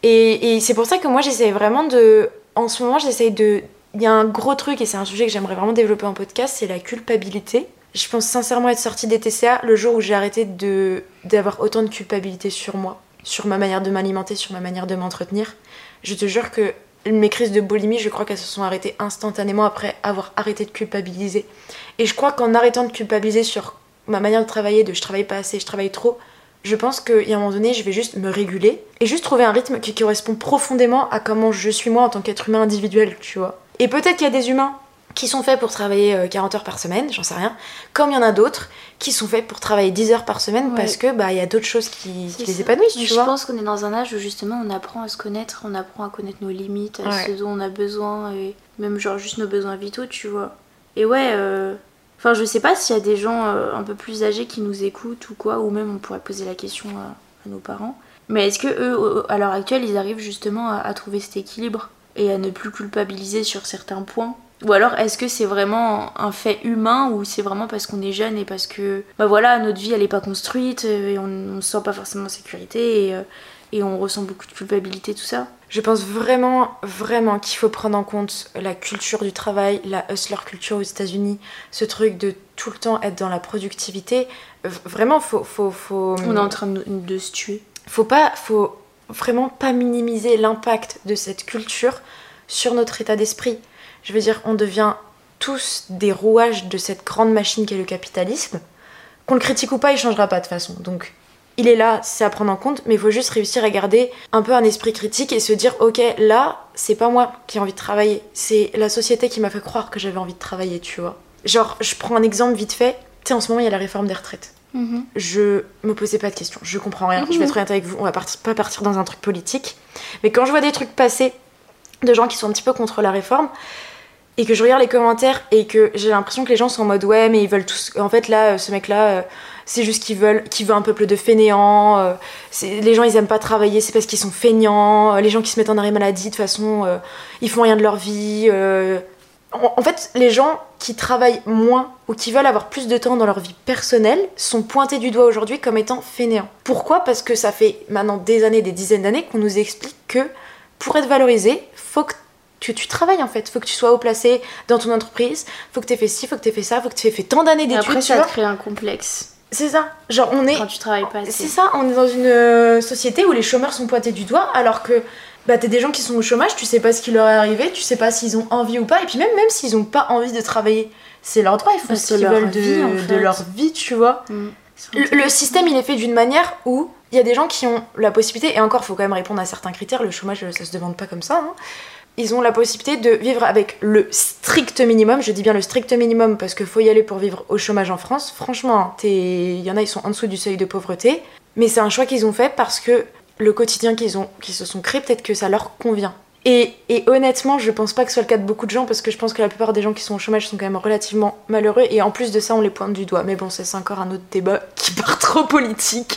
Et c'est pour ça que moi, j'essaie vraiment de... En ce moment, j'essaie de... Il y a un gros truc, et c'est un sujet que j'aimerais vraiment développer en podcast, c'est la culpabilité. Je pense sincèrement être sortie des TCA le jour où j'ai arrêté d'avoir autant de culpabilité sur moi, sur ma manière de m'alimenter, sur ma manière de m'entretenir. Je te jure que mes crises de boulimie, je crois qu'elles se sont arrêtées instantanément après avoir arrêté de culpabiliser. Et je crois qu'en arrêtant de culpabiliser sur ma manière de travailler, de je travaille pas assez, je travaille trop, je pense qu'il y a un moment donné, je vais juste me réguler et juste trouver un rythme qui correspond profondément à comment je suis moi en tant qu'être humain individuel, tu vois. Et peut-être qu'il y a des humains qui sont faits pour travailler 40 heures par semaine, j'en sais rien, comme il y en a d'autres qui sont faits pour travailler 10 heures par semaine parce que bah il y a d'autres choses qui les épanouissent, tu vois. Je pense qu'on est dans un âge où justement on apprend à se connaître, on apprend à connaître nos limites, ce dont on a besoin et même genre juste nos besoins vitaux, tu vois. Et ouais, enfin je sais pas s'il y a des gens un peu plus âgés qui nous écoutent ou quoi, ou même on pourrait poser la question à nos parents. Mais est-ce que eux, à l'heure actuelle, ils arrivent justement à trouver cet équilibre et à ne plus culpabiliser sur certains points? Ou alors est-ce que c'est vraiment un fait humain ou c'est vraiment parce qu'on est jeune et parce que bah voilà notre vie elle est pas construite et on se sent pas forcément en sécurité et on ressent beaucoup de culpabilité, tout ça? Je pense vraiment qu'il faut prendre en compte la culture du travail, la hustler culture aux États-Unis, ce truc de tout le temps être dans la productivité. Vraiment, faut... On est en train de se tuer. Faut vraiment pas minimiser l'impact de cette culture sur notre état d'esprit. Je veux dire, on devient tous des rouages de cette grande machine qu'est le capitalisme. Qu'on le critique ou pas, il changera pas de toute façon. Donc, il est là, c'est à prendre en compte, mais il faut juste réussir à garder un peu un esprit critique et se dire, ok, là, c'est pas moi qui ai envie de travailler. C'est la société qui m'a fait croire que j'avais envie de travailler, tu vois. Genre, je prends un exemple vite fait. Tu sais, en ce moment, il y a la réforme des retraites. Je me posais pas de questions, je comprends rien. Je vais être honnête avec vous, on va pas partir dans un truc politique. Mais quand je vois des trucs passer de gens qui sont un petit peu contre la réforme, et que je regarde les commentaires et que j'ai l'impression que les gens sont en mode ouais mais ils veulent tous... En fait là, ce mec là, c'est juste qu'il veut un peuple de fainéants, les gens ils aiment pas travailler, c'est parce qu'ils sont feignants, les gens qui se mettent en arrêt maladie de toute façon, ils font rien de leur vie. En fait, les gens qui travaillent moins ou qui veulent avoir plus de temps dans leur vie personnelle sont pointés du doigt aujourd'hui comme étant fainéants. Pourquoi ? Parce que ça fait maintenant des années, des dizaines d'années qu'on nous explique que pour être valorisé, faut que que tu travailles en fait. Faut que tu sois haut placé dans ton entreprise, faut que t'aies fait ci, faut que t'aies fait ça, faut que t'aies fait tant d'années d'études. Après, ça te crée un complexe. C'est ça. Genre, on est. Quand tu travailles pas assez. C'est ça, on est dans une société où les chômeurs sont pointés du doigt, alors que t'as des gens qui sont au chômage, tu sais pas ce qui leur est arrivé, tu sais pas s'ils ont envie ou pas, et puis même s'ils ont pas envie de travailler, c'est leur droit, ils font ce qu'ils veulent de leur vie, tu vois. Le système, il est fait d'une manière où il y a des gens qui ont la possibilité, et encore, faut quand même répondre à certains critères, le chômage, ça se demande pas comme ça, hein. Ils ont la possibilité de vivre avec le strict minimum, je dis bien le strict minimum parce qu'il faut y aller pour vivre au chômage en France. Franchement, il y en a, ils sont en dessous du seuil de pauvreté, mais c'est un choix qu'ils ont fait parce que le quotidien qu'ils se sont créés, peut-être que ça leur convient. Et honnêtement, je pense pas que ce soit le cas de beaucoup de gens parce que je pense que la plupart des gens qui sont au chômage sont quand même relativement malheureux et en plus de ça, on les pointe du doigt. Mais bon, c'est encore un autre débat qui part trop politique.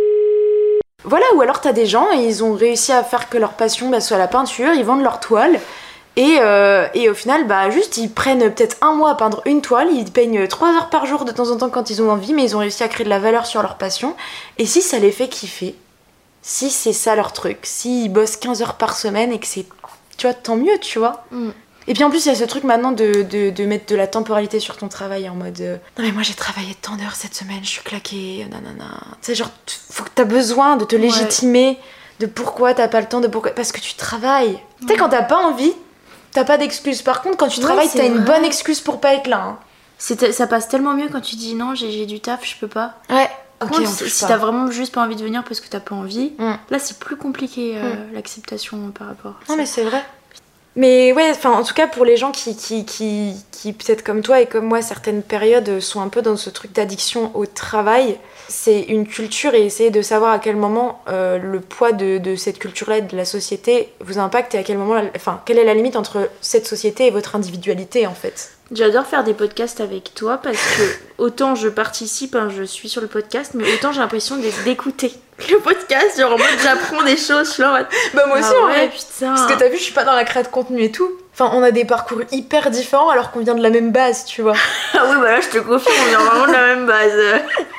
Voilà, ou alors t'as des gens et ils ont réussi à faire que leur passion soit la peinture, ils vendent leur toile et au final juste ils prennent peut-être un mois à peindre une toile, ils peignent 3 heures par jour de temps en temps quand ils ont envie, mais ils ont réussi à créer de la valeur sur leur passion. Et si ça les fait kiffer, si c'est ça leur truc, s'ils bossent 15 heures par semaine et que c'est, tu vois, tant mieux, tu vois. Et puis en plus, il y a ce truc maintenant de mettre de la temporalité sur ton travail en mode non mais moi j'ai travaillé tant d'heures cette semaine, je suis claquée, nanana. Tu sais, genre, faut que t'as besoin de te légitimer de pourquoi t'as pas le temps, parce que tu travailles. Tu sais, quand t'as pas envie, t'as pas d'excuse. Par contre, quand tu travailles, t'as une bonne excuse pour pas être là. Hein. Ça passe tellement mieux quand tu dis non, j'ai du taf, je peux pas. Ouais. Okay, si t'as vraiment juste pas envie de venir parce que t'as pas envie, là c'est plus compliqué l'acceptation par rapport à ça. Non mais c'est vrai. Mais ouais, enfin en tout cas pour les gens qui peut-être comme toi et comme moi, certaines périodes sont un peu dans ce truc d'addiction au travail, c'est une culture et essayer de savoir à quel moment le poids de cette culture-là et de la société vous impacte et à quel moment, quelle est la limite entre cette société et votre individualité en fait. J'adore faire des podcasts avec toi parce que autant je participe, je suis sur le podcast, mais autant j'ai l'impression d'écouter le podcast, genre en mode j'apprends des choses, je suis là en mode... Bah moi aussi en vrai, putain. Parce que t'as vu, je suis pas dans la création de contenu et tout. Enfin, on a des parcours hyper différents alors qu'on vient de la même base, tu vois. Ah oui, bah là je te confirme, on vient vraiment de la même base.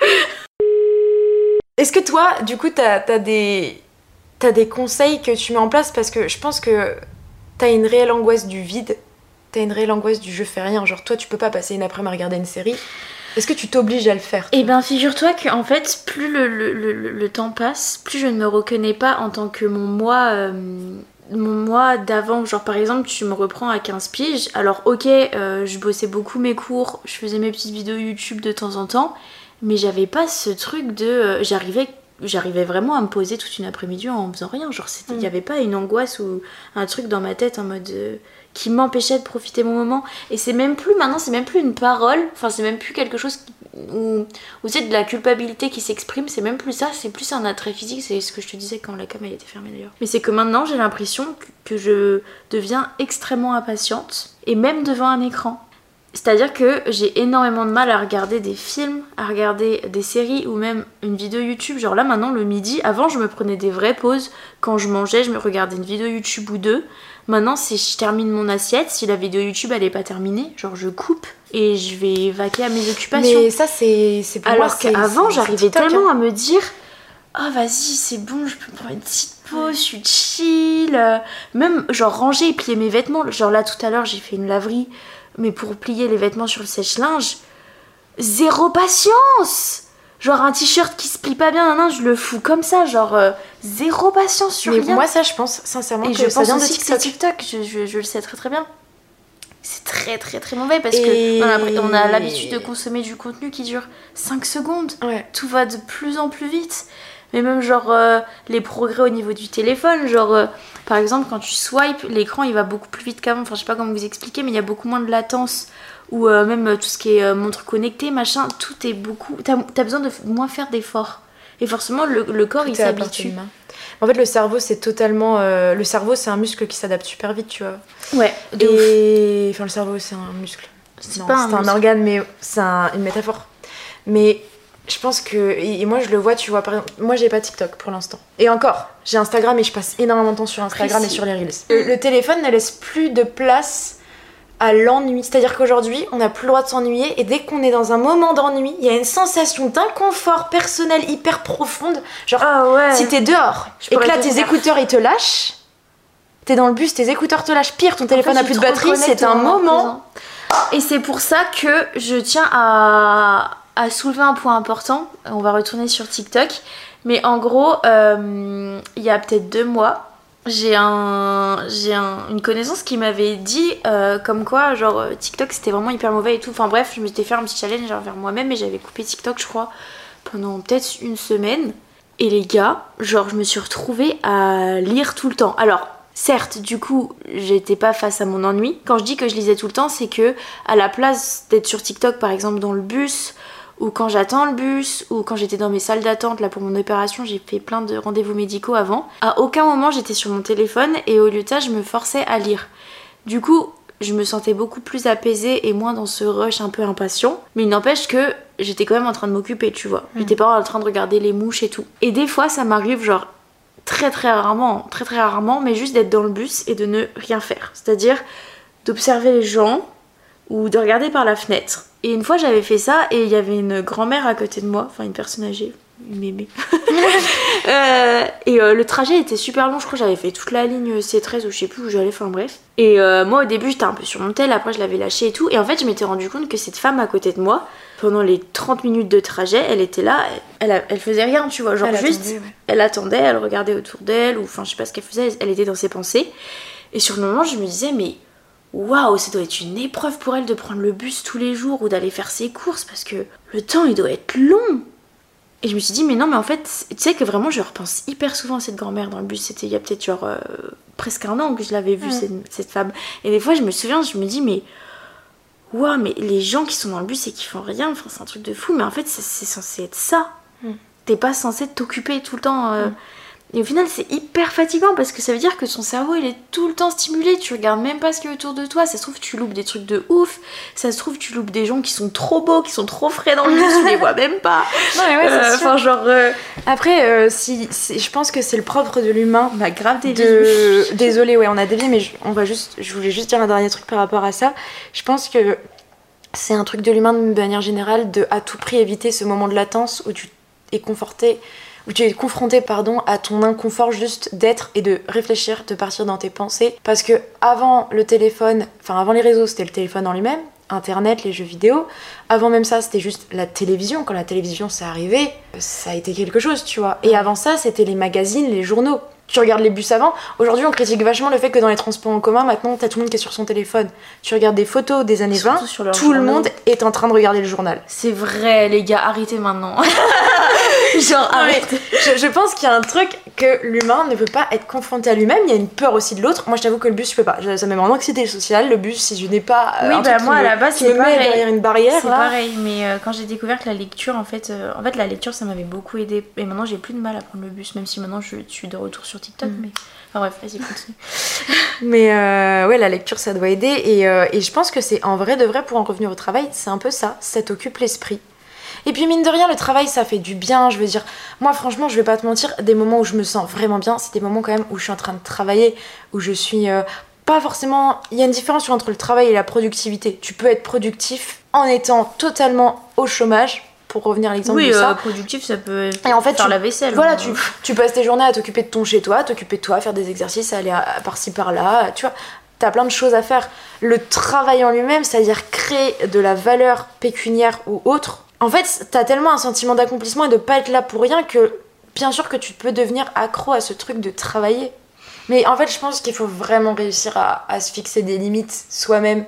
Est-ce que toi, du coup, t'as des conseils que tu mets en place parce que je pense que t'as une réelle angoisse du vide. T'as une réelle angoisse du je fais rien, genre toi tu peux pas passer une après-midi à regarder une série. Est-ce que tu t'obliges à le faire? Eh ben figure-toi qu'en fait plus le temps passe, plus je ne me reconnais pas en tant que mon moi d'avant. Genre par exemple tu me reprends à 15 piges, alors ok je bossais beaucoup mes cours, je faisais mes petites vidéos YouTube de temps en temps, mais j'avais pas ce truc de... J'arrivais vraiment à me poser toute une après-midi en faisant rien, genre il y avait pas une angoisse ou un truc dans ma tête en mode... qui m'empêchait de profiter mon moment. Et c'est même plus une parole, enfin c'est même plus quelque chose où c'est de la culpabilité qui s'exprime, c'est même plus ça, c'est plus un attrait physique, c'est ce que je te disais quand la cam elle était fermée d'ailleurs. Mais c'est que maintenant j'ai l'impression que je deviens extrêmement impatiente, et même devant un écran. C'est-à-dire que j'ai énormément de mal à regarder des films, à regarder des séries ou même une vidéo YouTube. Genre là maintenant le midi, avant je me prenais des vraies pauses, quand je mangeais je me regardais une vidéo YouTube ou deux. Maintenant, si je termine mon assiette, si la vidéo YouTube elle est pas terminée, genre je coupe et je vais vaquer à mes occupations. Mais ça c'est pour alors moi, qu'avant j'arrivais tellement à me dire ah vas-y c'est bon, je peux prendre une petite pause, je suis chill. Même genre ranger et plier mes vêtements. Genre là tout à l'heure j'ai fait une laverie, mais pour plier les vêtements sur le sèche-linge, zéro patience. Genre un t-shirt qui se plie pas bien, je le fous comme ça, genre zéro patience sur rien. Mais moi ça je pense sincèrement et que ça vient de TikTok. Je le sais très très bien. C'est très très très mauvais parce que on a l'habitude de consommer du contenu qui dure 5 secondes. Ouais. Tout va de plus en plus vite. Mais même genre les progrès au niveau du téléphone, genre par exemple quand tu swipes, l'écran il va beaucoup plus vite qu'avant. Enfin je sais pas comment vous expliquer, mais il y a beaucoup moins de latence. Ou même tout ce qui est montre connectée, machin, tout est beaucoup... T'as besoin de moins faire d'efforts. Et forcément, le corps, il s'habitue. En fait, le cerveau, c'est totalement... le cerveau, c'est un muscle qui s'adapte super vite, tu vois. Ouais, et... Enfin, le cerveau, c'est un muscle. C'est un organe, mais c'est une métaphore. Mais je pense que... Et moi, je le vois, tu vois, par exemple... Moi, j'ai pas TikTok pour l'instant. Et encore, j'ai Instagram et je passe énormément de temps sur Instagram et sur les Reels. Le téléphone ne laisse plus de place à l'ennui. C'est-à-dire qu'aujourd'hui, on n'a plus le droit de s'ennuyer et dès qu'on est dans un moment d'ennui, il y a une sensation d'inconfort personnel hyper profonde. Genre, si t'es dehors et que là, tes écouteurs, ils te lâchent, T'es dans le bus, tes écouteurs te lâchent, pire, ton téléphone En a fait, plus de tu te batterie, reconnectes c'est un au moment moment. présent. Et c'est pour ça que je tiens à soulever un point important. On va retourner sur TikTok. Mais en gros, il y a peut-être 2 mois, j'ai une connaissance qui m'avait dit comme quoi, genre, TikTok c'était vraiment hyper mauvais et tout. Enfin bref, je m'étais fait un petit challenge envers moi-même et j'avais coupé TikTok, je crois, pendant peut-être une semaine. Et les gars, genre, je me suis retrouvée à lire tout le temps. Alors, certes, du coup, j'étais pas face à mon ennui. Quand je dis que je lisais tout le temps, c'est que à la place d'être sur TikTok, par exemple, dans le bus, ou quand j'attends le bus, ou quand j'étais dans mes salles d'attente là pour mon opération, j'ai fait plein de rendez-vous médicaux avant. À aucun moment j'étais sur mon téléphone et au lieu de ça, je me forçais à lire. Du coup, je me sentais beaucoup plus apaisée et moins dans ce rush un peu impatient. Mais il n'empêche que j'étais quand même en train de m'occuper, tu vois. J'étais pas en train de regarder les mouches et tout. Et des fois, ça m'arrive genre très rarement, mais juste d'être dans le bus et de ne rien faire. C'est-à-dire d'observer les gens ou de regarder par la fenêtre. Et une fois j'avais fait ça et il y avait une grand-mère à côté de moi, enfin une personne âgée, une mémé. Le trajet était super long, je crois que j'avais fait toute la ligne C13 ou je sais plus où j'allais, enfin bref. Et moi au début j'étais un peu sur mon tel, après je l'avais lâché et tout. Et en fait je m'étais rendu compte que cette femme à côté de moi, pendant les 30 minutes de trajet, elle était là, elle faisait rien, tu vois, genre elle attendait, elle regardait autour d'elle, ou enfin je sais pas ce qu'elle faisait, elle était dans ses pensées. Et sur le moment je me disais mais waouh, ça doit être une épreuve pour elle de prendre le bus tous les jours ou d'aller faire ses courses parce que le temps il doit être long. Et je me suis dit mais non mais en fait tu sais que vraiment je repense hyper souvent à cette grand-mère dans le bus. C'était il y a peut-être genre presque 1 an que je l'avais vue cette femme. Et des fois je me souviens, je me dis mais waouh, mais les gens qui sont dans le bus et qui font rien, enfin c'est un truc de fou. Mais en fait c'est censé être ça. T'es pas censé t'occuper tout le temps. Et au final, c'est hyper fatigant parce que ça veut dire que ton cerveau il est tout le temps stimulé. Tu regardes même pas ce qu'il y a autour de toi. Ça se trouve, tu loupes des trucs de ouf. Ça se trouve, tu loupes des gens qui sont trop beaux, qui sont trop frais dans le bus, tu les vois même pas. Non, mais ouais, c'est sûr. Enfin, genre. Après, je pense que c'est le propre de l'humain. On a grave dévié. Désolée, ouais, on a dévié, mais je voulais juste dire un dernier truc par rapport à ça. Je pense que c'est un truc de l'humain de manière générale de à tout prix éviter ce moment de latence où tu es confronté à ton inconfort juste d'être et de réfléchir, de partir dans tes pensées. Parce que avant le téléphone, enfin avant les réseaux, c'était le téléphone en lui-même, Internet, les jeux vidéo. Avant même ça, c'était juste la télévision. Quand la télévision s'est arrivée, ça a été quelque chose, tu vois. Et avant ça, c'était les magazines, les journaux. Tu regardes les bus avant. Aujourd'hui, on critique vachement le fait que dans les transports en commun, maintenant, t'as tout le monde qui est sur son téléphone. Tu regardes des photos des années 20, tout le monde est en train de regarder le journal. C'est vrai, les gars, arrêtez maintenant. Genre, arrêtez. Je pense qu'il y a un truc que l'humain ne peut pas être confronté à lui-même. Il y a une peur aussi de l'autre. Moi, je t'avoue que le bus, je peux pas. Ça met mon anxiété sociale. Le bus, si je n'ai pas. Oui, bah moi, à la base, c'est pareil. Derrière une barrière. C'est pareil, mais quand j'ai découvert que la lecture, en fait, la lecture, ça m'avait beaucoup aidé. Et maintenant, j'ai plus de mal à prendre le bus, même si maintenant, je suis de retour sur TikTok. Mais... Enfin bref, vas-y, continue. Mais ouais, la lecture, ça doit aider. Et je pense que c'est en vrai de vrai, pour en revenir au travail, c'est un peu ça. Ça t'occupe l'esprit. Et puis mine de rien, le travail, ça fait du bien. Je veux dire, moi franchement, je vais pas te mentir, des moments où je me sens vraiment bien, c'est des moments quand même où je suis en train de travailler, où je suis pas forcément... Il y a une différence entre le travail et la productivité. Tu peux être productif en étant totalement au chômage, pour revenir à l'exemple de ça. Oui, productif, ça peut et en fait, faire la vaisselle. Voilà, tu passes tes journées à t'occuper de ton chez-toi, t'occuper de toi, faire des exercices, aller par-ci par-là, tu vois. T'as plein de choses à faire. Le travail en lui-même, c'est-à-dire créer de la valeur pécuniaire ou autre, en fait, t'as tellement un sentiment d'accomplissement et de pas être là pour rien que bien sûr que tu peux devenir accro à ce truc de travailler. Mais en fait, je pense qu'il faut vraiment réussir à se fixer des limites soi-même.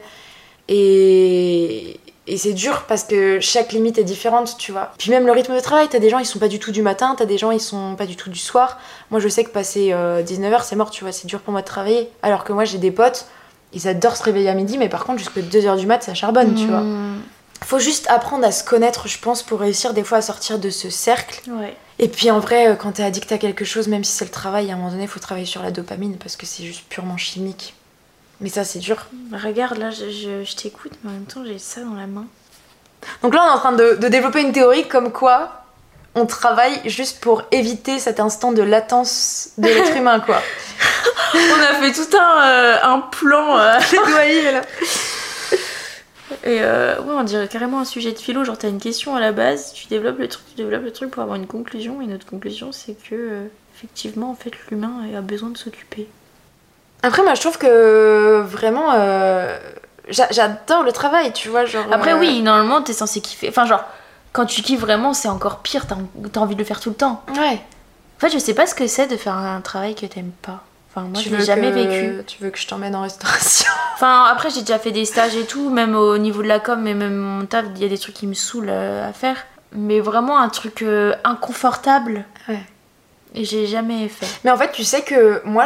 Et c'est dur parce que chaque limite est différente, tu vois. Puis même le rythme de travail, t'as des gens ils sont pas du tout du matin, t'as des gens ils sont pas du tout du soir. Moi je sais que passer 19h c'est mort, tu vois, c'est dur pour moi de travailler. Alors que moi j'ai des potes, ils adorent se réveiller à midi, mais par contre jusqu'à 2h du mat ça charbonne, tu vois. Faut juste apprendre à se connaître, je pense, pour réussir des fois à sortir de ce cercle. Ouais. Et puis en vrai, quand t'es addict à quelque chose, même si c'est le travail, à un moment donné, faut travailler sur la dopamine parce que c'est juste purement chimique. Mais ça, c'est dur. Regarde, là, je t'écoute, mais en même temps, j'ai ça dans la main. Donc là, on est en train de développer une théorie comme quoi on travaille juste pour éviter cet instant de latence de l'être humain, quoi. On a fait tout un plan plaidoyer, là. Et ouais, on dirait carrément un sujet de philo. Genre, t'as une question à la base, tu développes le truc pour avoir une conclusion. Et notre conclusion, c'est que, effectivement, en fait, l'humain a besoin de s'occuper. Après, moi, je trouve que vraiment, j'adore le travail, tu vois, genre. Après, oui, normalement, t'es censé kiffer. Enfin, genre, quand tu kiffes vraiment, c'est encore pire. T'as envie de le faire tout le temps. Ouais. En fait, je sais pas ce que c'est de faire un travail que t'aimes pas. Enfin, moi, je l'ai jamais vécu. Tu veux que je t'emmène en restauration? Enfin, après, j'ai déjà fait des stages et tout, même au niveau de la com, mais même mon taf, il y a des trucs qui me saoulent à faire. Mais vraiment un truc inconfortable. Ouais. Et j'ai jamais fait. Mais en fait, tu sais que moi,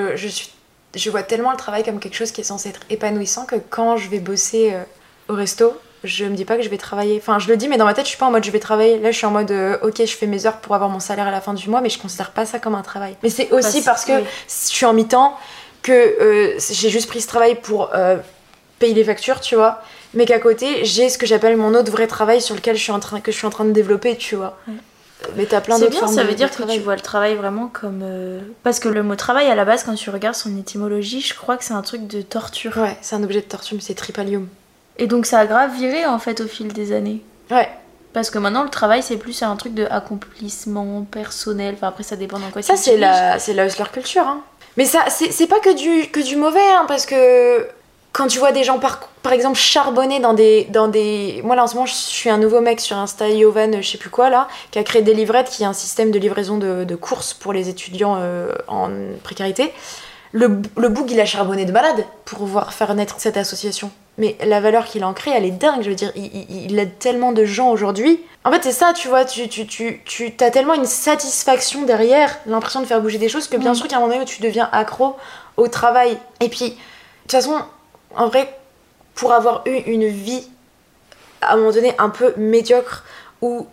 je vois tellement le travail comme quelque chose qui est censé être épanouissant que quand je vais bosser au resto, je me dis pas que je vais travailler. Enfin, je le dis, mais dans ma tête, je suis pas en mode je vais travailler. Là, je suis en mode ok, je fais mes heures pour avoir mon salaire à la fin du mois, mais je considère pas ça comme un travail. Mais c'est aussi parce que je suis en mi-temps, que j'ai juste pris ce travail pour payer les factures, tu vois. Mais qu'à côté, j'ai ce que j'appelle mon autre vrai travail sur lequel je suis en train de développer, tu vois. Ouais. Mais t'as plein d'autres formes de travail. Ça veut dire que tu vois le travail vraiment comme... Parce que le mot travail, à la base, quand tu regardes son étymologie, je crois que c'est un truc de torture. Ouais, c'est un objet de torture, mais c'est tripalium. Et donc ça a grave viré, en fait, au fil des années. Ouais. Parce que maintenant, le travail, c'est plus un truc de accomplissement personnel. Enfin, après, ça dépend dans quoi ça, c'est la hustler culture, hein. Mais ça, c'est pas que du mauvais, hein, parce que... Quand tu vois des gens, par exemple, charbonner dans des... Moi, là, en ce moment, je suis un nouveau mec sur Insta, Yovan, je sais plus quoi, là, qui a créé Delivred, qui est un système de livraison de courses pour les étudiants en précarité. Le boug, il a charbonné de malade pour pouvoir faire naître cette association. Mais la valeur qu'il a en crée, elle est dingue, je veux dire. Il aide tellement de gens aujourd'hui. En fait, c'est ça, tu vois, tu as tellement une satisfaction derrière, l'impression de faire bouger des choses, que bien sûr qu'à un moment donné où tu deviens accro au travail. Et puis, de toute façon... En vrai, pour avoir eu une vie à un moment donné un peu médiocre où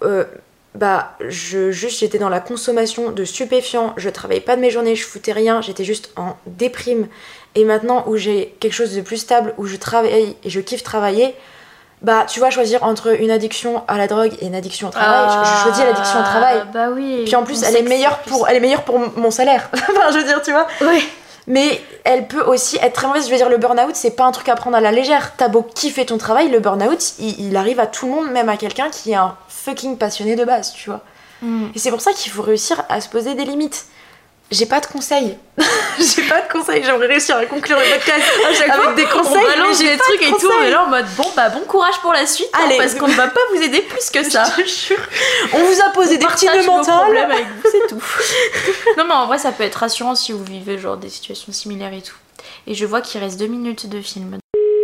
j'étais dans la consommation de stupéfiants, je travaillais pas de mes journées, je foutais rien, j'étais juste en déprime. Et maintenant où j'ai quelque chose de plus stable, où je travaille et je kiffe travailler, bah tu vois, choisir entre une addiction à la drogue et une addiction au travail, je choisis l'addiction au travail. Bah oui. Puis en plus, elle est meilleure pour mon salaire. Enfin, je veux dire, tu vois. Oui. Mais elle peut aussi être très mauvaise. Je veux dire, le burn-out, c'est pas un truc à prendre à la légère. T'as beau kiffer ton travail, le burn-out, il arrive à tout le monde, même à quelqu'un qui est un fucking passionné de base, tu vois. Et c'est pour ça qu'il faut réussir à se poser des limites. J'ai pas de conseils. J'aimerais réussir à conclure le podcast avec des conseils. On balance des trucs et tout, mais là en mode bon courage pour la suite. Allez, parce qu'on ne va pas vous aider plus que ça. Je te jure. On vous a posé des petits nœuds mentaux. Problème avec vous, c'est tout. Non, mais en vrai, ça peut être rassurant si vous vivez genre des situations similaires et tout. Et je vois qu'il reste 2 minutes de film.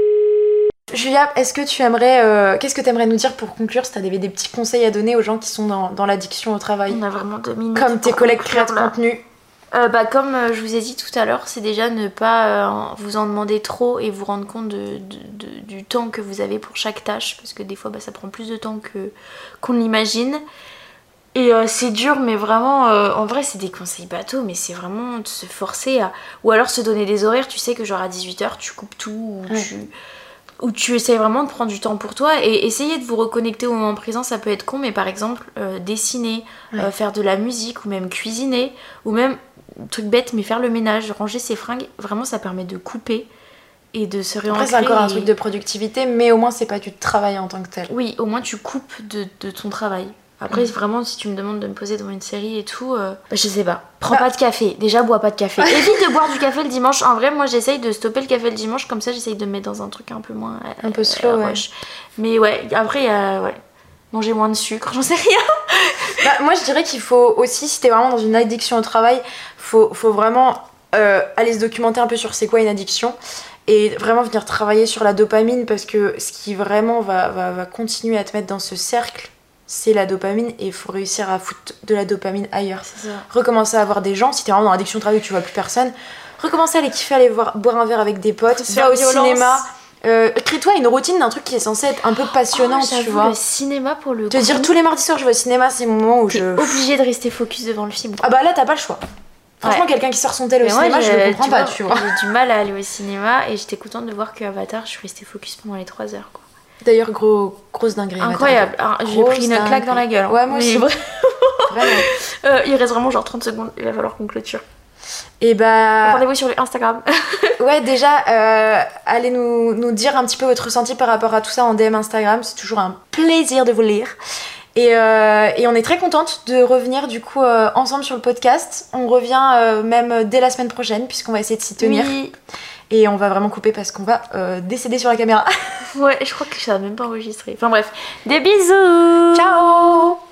Julia, est-ce que tu aimerais... qu'est-ce que tu aimerais nous dire pour conclure, si tu avais des petits conseils à donner aux gens qui sont dans l'addiction au travail? On a vraiment 2 minutes. Comme tes collègues créateurs de contenu. Comme je vous ai dit tout à l'heure, c'est déjà ne pas vous en demander trop et vous rendre compte du temps que vous avez pour chaque tâche, parce que des fois ça prend plus de temps qu'on l'imagine. Et c'est dur, mais vraiment, en vrai c'est des conseils bateaux, mais c'est vraiment de se forcer à... Ou alors se donner des horaires, tu sais que genre à 18h tu coupes tout, ou tu essayes vraiment de prendre du temps pour toi et essayer de vous reconnecter au moment présent. Ça peut être con, mais par exemple dessiner, faire de la musique, ou même cuisiner, ou même... truc bête, mais faire le ménage, ranger ses fringues, vraiment ça permet de couper et de se réancrer. Après c'est encore un truc de productivité, mais au moins c'est pas du travail en tant que tel. Oui, au moins tu coupes de ton travail. Après vraiment, si tu me demandes de me poser devant une série et tout, je sais pas. Prends pas de café, déjà bois pas de café. Évite de boire du café le dimanche. En vrai, moi j'essaye de stopper le café le dimanche, comme ça j'essaye de me mettre dans un truc un peu moins... un peu slow, rush. Mais ouais, après manger moins de sucre, j'en sais rien. Moi je dirais qu'il faut aussi, si t'es vraiment dans une addiction au travail, faut vraiment aller se documenter un peu sur c'est quoi une addiction et vraiment venir travailler sur la dopamine, parce que ce qui vraiment va continuer à te mettre dans ce cercle, c'est la dopamine, et il faut réussir à foutre de la dopamine ailleurs. C'est ça. Recommencer à voir des gens, si t'es vraiment dans l'addiction au travail où tu vois plus personne, recommencer à aller kiffer, aller boire un verre avec des potes, va au cinéma. Crée-toi une routine d'un truc qui est censé être un peu passionnant, tu vois. Le cinéma pour le te dire tous les mardis soirs je vais au cinéma, c'est mon moment où obligé de rester focus devant le film. Ah bah là t'as pas le choix. Franchement, quelqu'un qui sort son tel au cinéma, je le comprends pas, tu vois. J'ai du mal à aller au cinéma, et j'étais contente de voir que Avatar, je suis restée focus pendant les 3 heures, quoi. D'ailleurs, grosse dinguerie. Incroyable. J'ai pris une claque dans la gueule. Ouais, moi aussi. Vraiment. Il reste vraiment genre 30 secondes, il va falloir qu'on clôture. Et bah... Rendez-vous sur Instagram. Ouais, déjà, allez nous dire un petit peu votre ressenti par rapport à tout ça en DM Instagram. C'est toujours un plaisir de vous lire. Et on est très contente de revenir du coup ensemble sur le podcast. On revient même dès la semaine prochaine puisqu'on va essayer de s'y tenir. Oui. Et on va vraiment couper parce qu'on va décéder sur la caméra. Ouais, je crois que ça n'a même pas enregistré. Enfin bref, des bisous. Ciao.